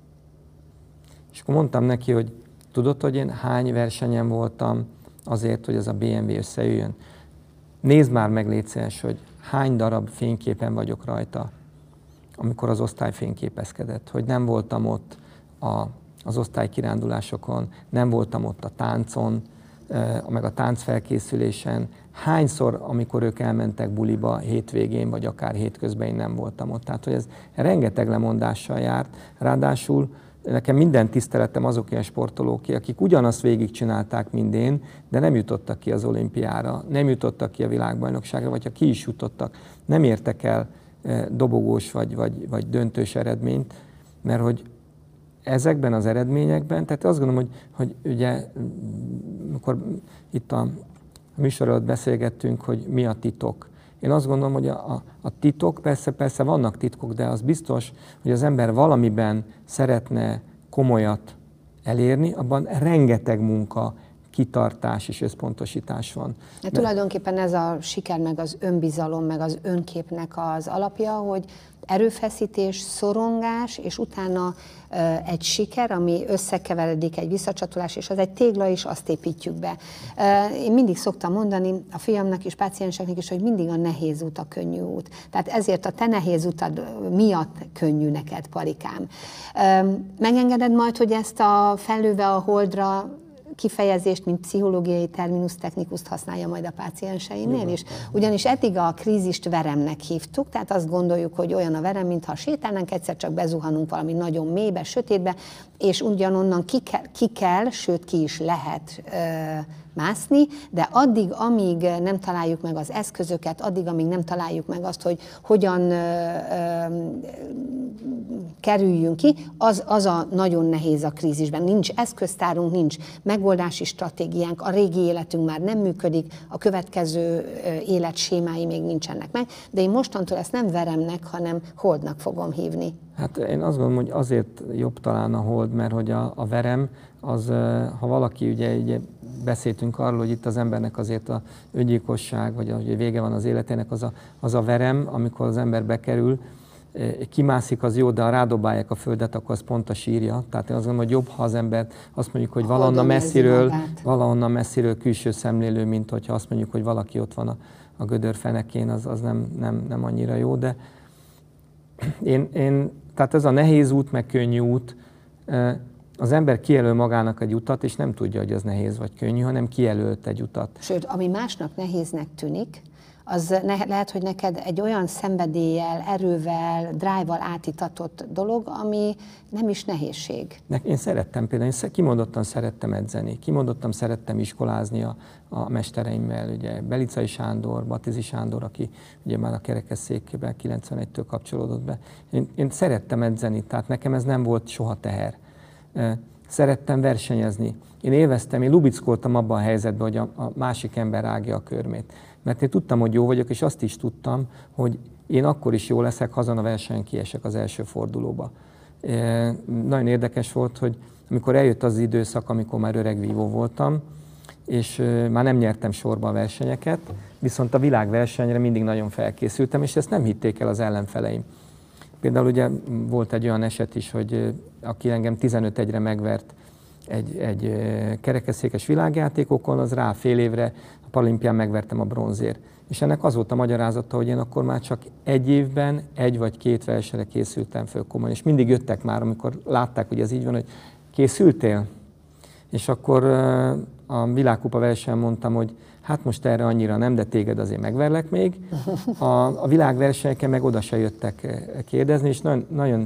És akkor mondtam neki, hogy tudod, hogy én hány versenyen voltam azért, hogy ez a BMW összejöjjön? Nézd már meg, légy szíves, hogy hány darab fényképen vagyok rajta, amikor az osztály fényképezkedett, hogy nem voltam ott az osztálykirándulásokon, nem voltam ott a táncon, meg a táncfelkészülésen. Hányszor, amikor ők elmentek buliba hétvégén, vagy akár hétközben, én nem voltam ott. Tehát, hogy ez rengeteg lemondással járt. Ráadásul nekem minden tiszteletem azok ilyen sportolók, akik ugyanazt végigcsinálták, mint én, de nem jutottak ki az olimpiára, nem jutottak ki a világbajnokságra, vagy ha ki is jutottak, nem értek el dobogós vagy döntős eredményt, mert hogy ezekben az eredményekben, tehát azt gondolom, hogy ugye, amikor itt a műsor előtt beszélgettünk, hogy mi a titok. Én azt gondolom, hogy a titok, persze vannak titkok, de az biztos, hogy az ember valamiben szeretne komolyat elérni, abban rengeteg munka, kitartás és összpontosítás van. De tulajdonképpen ez a siker, meg az önbizalom, meg az önképnek az alapja, hogy erőfeszítés, szorongás, és utána egy siker, ami összekeveredik, egy visszacsatolás, és az egy tégla, és azt építjük be. Én mindig szoktam mondani a fiamnak és pácienseknek is, hogy mindig a nehéz út a könnyű út. Tehát ezért a te nehéz utad miatt könnyű neked, Palikám. Megengeded majd, hogy ezt a fellőve a holdra kifejezést, mint pszichológiai terminus technikust használja majd a pácienseinél is. Ugyanis eddig a krízist veremnek hívtuk, tehát azt gondoljuk, hogy olyan a verem, mintha sétálnánk, egyszer csak bezuhanunk valami nagyon mélybe, sötétbe, és ugyanonnan ki kell, sőt ki is lehet mászni, de addig, amíg nem találjuk meg az eszközöket, addig, amíg nem találjuk meg azt, hogy hogyan kerüljünk ki, az a nagyon nehéz a krízisben. Nincs eszköztárunk, nincs megoldási stratégiánk, a régi életünk már nem működik, a következő életsémái még nincsenek meg, de én mostantól ezt nem veremnek, hanem holdnak fogom hívni. Hát én azt gondolom, hogy azért jobb talán a hold, mert hogy a verem, az, ha valaki, ugye beszéltünk arról, hogy itt az embernek azért a öngyilkosság, vagy hogy vége van az életének, az a verem, amikor az ember bekerül, kimászik, az jó, de ha rádobálják a földet, akkor az pont a sírja. Tehát én azt gondolom, hogy jobb, ha az ember azt mondjuk, hogy valahonnan messziről külső szemlélő, mint hogyha azt mondjuk, hogy valaki ott van a gödör fenekén, az nem annyira jó, de tehát ez a nehéz út, meg könnyű út, az ember kijelöl magának egy utat, és nem tudja, hogy az nehéz vagy könnyű, hanem kijelölt egy utat. Sőt, ami másnak nehéznek tűnik, lehet, hogy neked egy olyan szenvedéllyel, erővel, drive-val átitatott dolog, ami nem is nehézség. Én szerettem például, én kimondottan szerettem edzeni, kimondottan szerettem iskolázni a mestereimmel, ugye Belicai Sándor, Batizi Sándor, aki ugye már a kerekesszékben 91-től kapcsolódott be. Én szerettem edzeni, tehát nekem ez nem volt soha teher. Szerettem versenyezni. Én élveztem, én lubickoltam abban a helyzetben, hogy a másik ember rágja a körmét. Mert én tudtam, hogy jó vagyok, és azt is tudtam, hogy én akkor is jó leszek, hazan a versenyen kiesek az első fordulóba. Nagyon érdekes volt, hogy amikor eljött az időszak, amikor már öreg vívó voltam, és már nem nyertem sorba a versenyeket, viszont a világversenyre mindig nagyon felkészültem, és ezt nem hitték el az ellenfeleim. Például ugye volt egy olyan eset is, hogy aki engem 15-1-re megvert egy kerekesszékes világjátékokon, az rá fél évre a Paralimpián megvertem a bronzért. És ennek az volt a magyarázata, hogy én akkor már csak egy évben 1 vagy 2 versenyre készültem föl komolyan. És mindig jöttek már, amikor látták, hogy ez így van, hogy készültél? És akkor a világkupa versenyen mondtam, hogy hát most erre annyira nem, de téged azért megverlek még. A világversenyeken meg oda se jöttek kérdezni, és nagyon, nagyon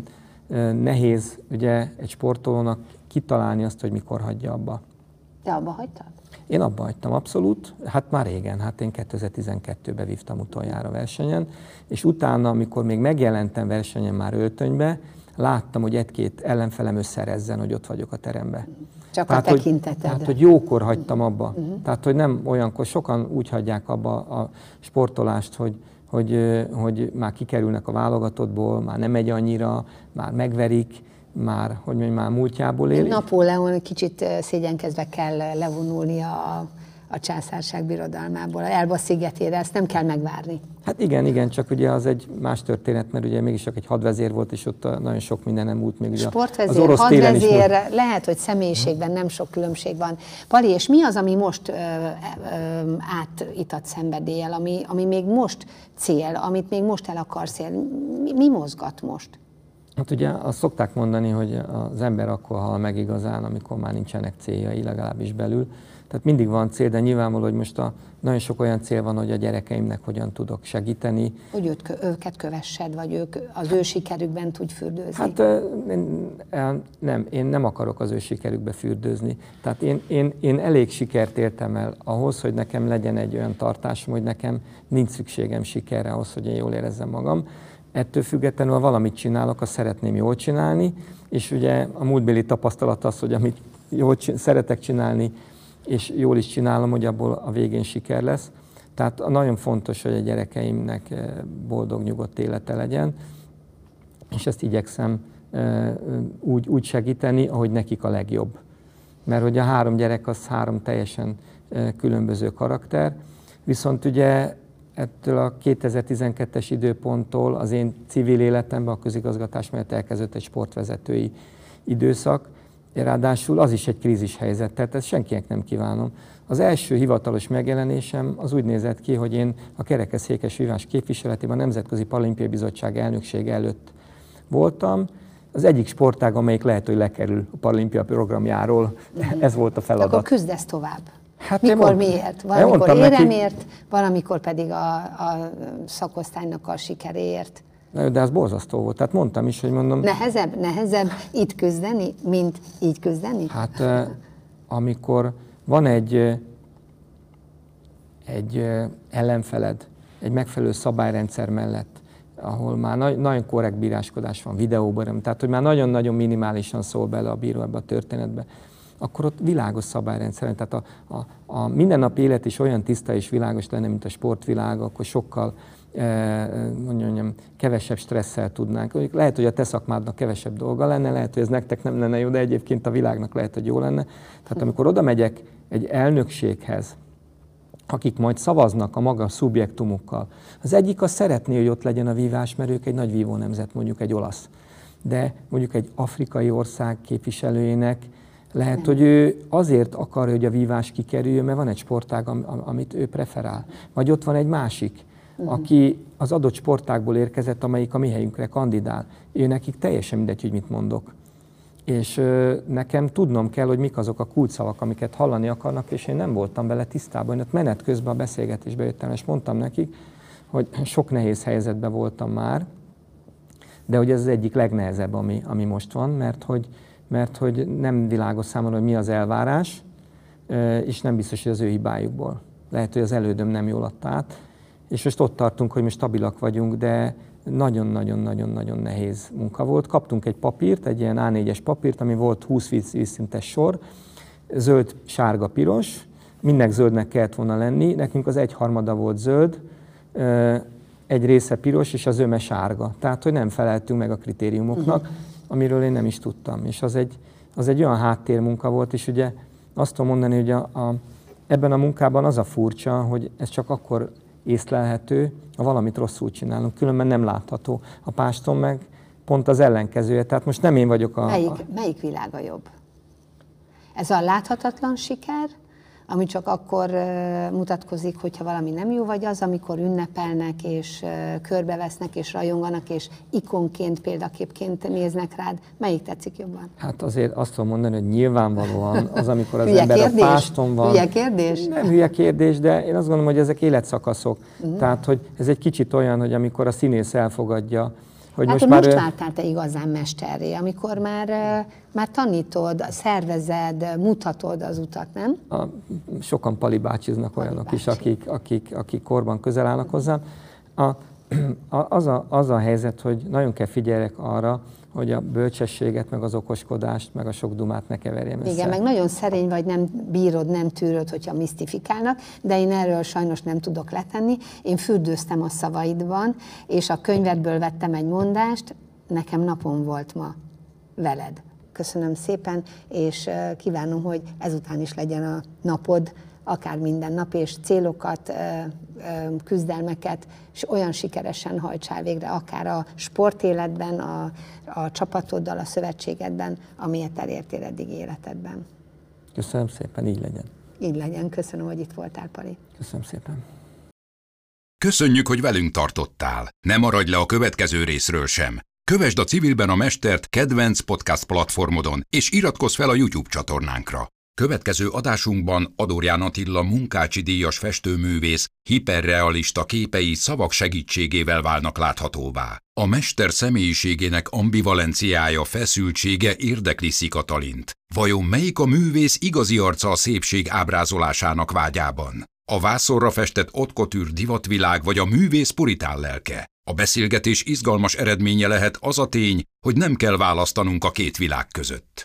nehéz ugye egy sportolónak kitalálni azt, hogy mikor hagyja abba. Te abba hagytad? Én abba hagytam abszolút, hát már régen, hát én 2012-ben vívtam utoljára versenyen, és utána, amikor még megjelentem versenyen már öltönybe, láttam, hogy egy-két ellenfelem összerezzen, hogy ott vagyok a teremben. Csak tehát, a tekintetedre. Tehát, hogy jókor hagytam abba. Tehát, hogy nem olyankor, sokan úgy hagyják abba a sportolást, hogy már kikerülnek a válogatottból, már nem megy annyira, már megverik, már, hogy mondjam, már múltjából él. Napóleon kicsit szégyenkezve kell levonulnia a császárság birodalmából, a Elba szigetére, ezt nem kell megvárni. Hát igen, csak ugye az egy más történet, mert ugye mégis csak egy hadvezér volt, és ott nagyon sok minden nem múlt még. Ugye sportvezér, az orosz télen is lehet, hogy személyiségben nem sok különbség van. Pali, és mi az, ami most átitat szenvedéllyel, ami még most cél, amit még most el akarsz élni? Mi mozgat most? Hát ugye azt szokták mondani, hogy az ember akkor hal meg igazán, amikor már nincsenek céljai, legalábbis belül. Tehát mindig van cél, de nyilvánvaló, hogy most nagyon sok olyan cél van, hogy a gyerekeimnek hogyan tudok segíteni. Hogy őket kövessed, vagy ők az ő sikerükben tudj fürdőzni? Hát én nem akarok az ő sikerükbe fürdőzni. Tehát én elég sikert értem el ahhoz, hogy nekem legyen egy olyan tartásom, hogy nekem nincs szükségem sikerre ahhoz, hogy én jól érezzem magam. Ettől függetlenül, ha valamit csinálok, azt szeretném jól csinálni, és ugye a múltbéli tapasztalat az, hogy amit jól szeretek csinálni, és jól is csinálom, hogy abból a végén siker lesz. Tehát nagyon fontos, hogy a gyerekeimnek boldog, nyugodt élete legyen, és ezt igyekszem úgy segíteni, ahogy nekik a legjobb. Mert hogy a 3 gyerek az 3 teljesen különböző karakter, viszont ugye ettől a 2012-es időponttól az én civil életemben, a közigazgatás mellett elkezdődött egy sportvezetői időszak, ráadásul az is egy krízis helyzet, tehát ezt senkinek nem kívánom. Az első hivatalos megjelenésem az úgy nézett ki, hogy én a kerekesszékes vívás képviseletében a Nemzetközi Paralimpiai Bizottság elnöksége előtt voltam. Az egyik sportág, amelyik lehet, hogy lekerül a paralimpia programjáról, ez volt a feladat. Akkor küzdesz tovább. Hát mikor miért? Valamikor éremért, valamikor pedig a szakosztálynak a sikeréért. De ez borzasztó volt. Tehát mondtam is, hogy mondom... Nehezebb itt küzdeni, mint így küzdeni? Hát amikor van egy ellenfeled, egy megfelelő szabályrendszer mellett, ahol már nagyon korrekt bíráskodás van videóban, tehát hogy már nagyon-nagyon minimálisan szól bele a bíró ebbe a történetbe, akkor ott világos szabályrendszer. Tehát a mindennapi élet is olyan tiszta és világos lenne, mint a sportvilág, akkor sokkal mondjam, kevesebb stresszel tudnánk. Lehet, hogy a te szakmádnak kevesebb dolga lenne, lehet, hogy ez nektek nem lenne jó, de egyébként a világnak lehet, hogy jó lenne. Tehát amikor oda megyek egy elnökséghez, akik majd szavaznak a maga szubjektumukkal, az egyik az szeretné, hogy ott legyen a vívás, mert ők egy nagy vívó nemzet, mondjuk egy olasz. De mondjuk egy afrikai ország képviselőjének lehet, hogy ő azért akar, hogy a vívás kikerüljön, mert van egy sportág, amit ő preferál. Vagy ott van egy másik, aki az adott sportágból érkezett, amelyik a mi helyünkre kandidál. Ő nekik teljesen mindegy, hogy mit mondok. És nekem tudnom kell, hogy mik azok a kulcsszavak, amiket hallani akarnak, és én nem voltam vele tisztában. Én ott menet közben a beszélgetésbe jöttem, és mondtam nekik, hogy sok nehéz helyzetben voltam már, de hogy ez az egyik legnehezebb, ami most van, mert hogy nem világos számomra, hogy mi az elvárás, és nem biztos, hogy az ő hibájukból. Lehet, hogy az elődöm nem jól adta át, és most ott tartunk, hogy mi stabilak vagyunk, de nagyon-nagyon-nagyon-nagyon nehéz munka volt. Kaptunk egy papírt, egy ilyen A4-es papírt, ami volt 20 vízszintes sor, zöld, sárga, piros, mindnek zöldnek kellett volna lenni, nekünk az 1/3 volt zöld, egy része piros, és az öme sárga. Tehát, hogy nem feleltünk meg a kritériumoknak, amiről én nem is tudtam. És az egy olyan háttérmunka volt, és ugye azt tudom mondani, hogy ebben a munkában az a furcsa, hogy ez csak akkor észlelhető, ha valamit rosszul csinálunk, különben nem látható. A páston meg pont az ellenkezője. Tehát most nem én vagyok Melyik világa jobb? Ez a láthatatlan siker, ami csak akkor mutatkozik, hogyha valami nem jó, vagy az, amikor ünnepelnek, és körbevesznek, és rajonganak, és ikonként, példaképként néznek rád. Melyik tetszik jobban? Hát azért azt tudom mondani, hogy nyilvánvalóan az, amikor az hülye ember kérdés? A páston van. Hülye kérdés? Nem hülye kérdés, de én azt gondolom, hogy ezek életszakaszok. Tehát, hogy ez egy kicsit olyan, hogy amikor a színész elfogadja, hogy hát most váltál te igazán mesterré, amikor már tanítod, szervezed, mutatod az utat, nem? Sokan Pali bácsiznak olyanok is, akik korban közel állnak hozzám. Az a helyzet, hogy nagyon kell figyeljek arra, hogy a bölcsességet, meg az okoskodást, meg a sok dumát ne keverjem össze. Igen, meg nagyon szerény vagy, nem bírod, nem tűröd, hogyha misztifikálnak, de én erről sajnos nem tudok letenni. Én fürdőztem a szavaidban, és a könyvedből vettem egy mondást, nekem napom volt ma veled. Köszönöm szépen, és kívánom, hogy ezután is legyen a napod, akár minden nap, és célokat, küzdelmeket, és olyan sikeresen hajtsál végre, akár a sportéletben, a csapatoddal, a szövetségedben, amilyet elértél eddig életedben. Köszönöm szépen, így legyen. Így legyen. Köszönöm, hogy itt voltál, Pali. Köszönöm szépen. Köszönjük, hogy velünk tartottál. Ne maradj le a következő részről sem. Kövesd a Civilben a Mestert kedvenc podcast platformodon, és iratkozz fel a YouTube csatornánkra. Következő adásunkban Adorján Attila Munkácsi díjas festőművész hiperrealista képei szavak segítségével válnak láthatóvá. A mester személyiségének ambivalenciája, feszültsége érdekli Szi Katalint. Vajon melyik a művész igazi arca a szépség ábrázolásának vágyában? A vászonra festett haute couture divatvilág vagy a művész puritán lelke? A beszélgetés izgalmas eredménye lehet az a tény, hogy nem kell választanunk a két világ között.